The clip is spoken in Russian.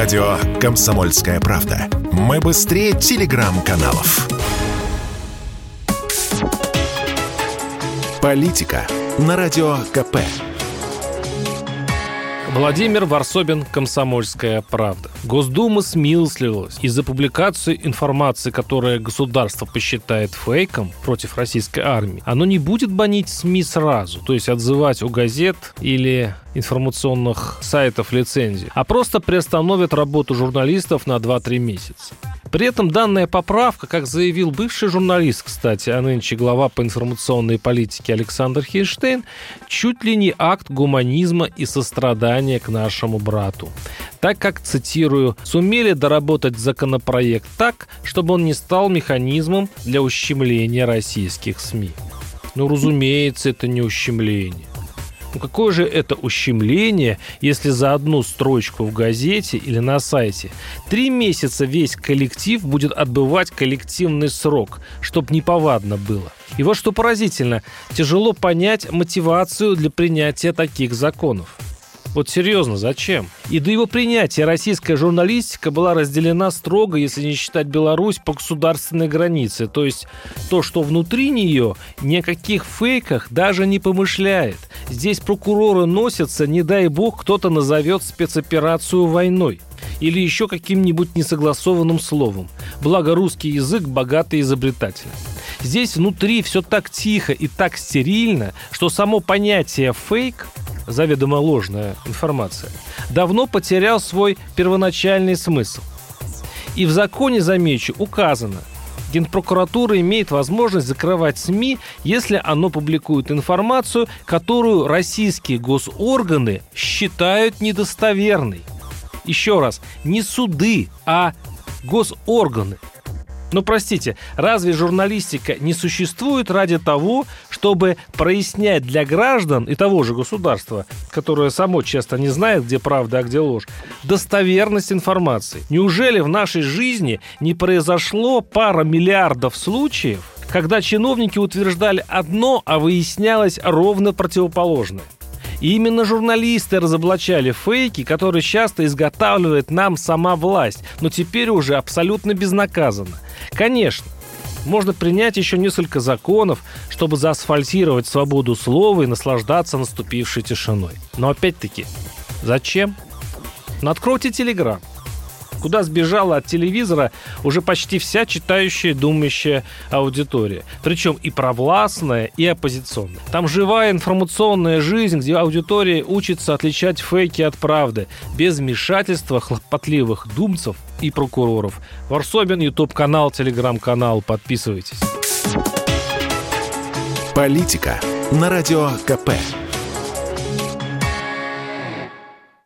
Радио «Комсомольская правда». Мы быстрее телеграм-каналов. Политика на Радио КП. Владимир Варсобин, «Комсомольская правда». Госдума смилостливилась. Из-за публикации информации, которая государство посчитает фейком против российской армии, оно не будет банить СМИ сразу, то есть отзывать у газет или информационных сайтов лицензии, а просто приостановит работу журналистов на 2-3 месяца. При этом данная поправка, как заявил бывший журналист, кстати, а нынче глава по информационной политике Александр Хейнштейн, чуть ли не акт гуманизма и сострадания к нашему брату. Так как, цитирую, «сумели доработать законопроект так, чтобы он не стал механизмом для ущемления российских СМИ». Ну, разумеется, это не ущемление. Ну, какое же это ущемление, если за одну строчку в газете или на сайте 3 месяца весь коллектив будет отбывать коллективный срок, чтобы неповадно было. И вот что поразительно, тяжело понять мотивацию для принятия таких законов. Вот серьезно, зачем? И до его принятия российская журналистика была разделена строго, если не считать Беларусь, по государственной границе. То есть то, что внутри нее, ни о каких фейках даже не помышляет. Здесь прокуроры носятся, не дай бог, кто-то назовет спецоперацию войной. Или еще каким-нибудь несогласованным словом. Благо русский язык богатый и изобретательный. Здесь внутри все так тихо и так стерильно, что само понятие «фейк», заведомо ложная информация, давно потерял свой первоначальный смысл. И в законе, замечу, указано, Генпрокуратура имеет возможность закрывать СМИ, если оно публикует информацию, которую российские госорганы считают недостоверной. Еще раз, не суды, а госорганы. Но, простите, разве журналистика не существует ради того, чтобы прояснять для граждан и того же государства, которое само часто не знает, где правда, а где ложь, достоверность информации? Неужели в нашей жизни не произошло пара миллиардов случаев, когда чиновники утверждали одно, а выяснялось ровно противоположное? И именно журналисты разоблачали фейки, которые часто изготавливает нам сама власть, но теперь уже абсолютно безнаказанно. Конечно, можно принять еще несколько законов, чтобы заасфальтировать свободу слова и наслаждаться наступившей тишиной. Но опять-таки, зачем? Ну, откройте Телеграм, куда сбежала от телевизора уже почти вся читающая, думающая аудитория. Причем и провластная, и оппозиционная. Там живая информационная жизнь, где аудитория учится отличать фейки от правды, без вмешательства хлопотливых думцев и прокуроров. Варсобин, YouTube-канал, Telegram-канал. Подписывайтесь. Политика на Радио КП.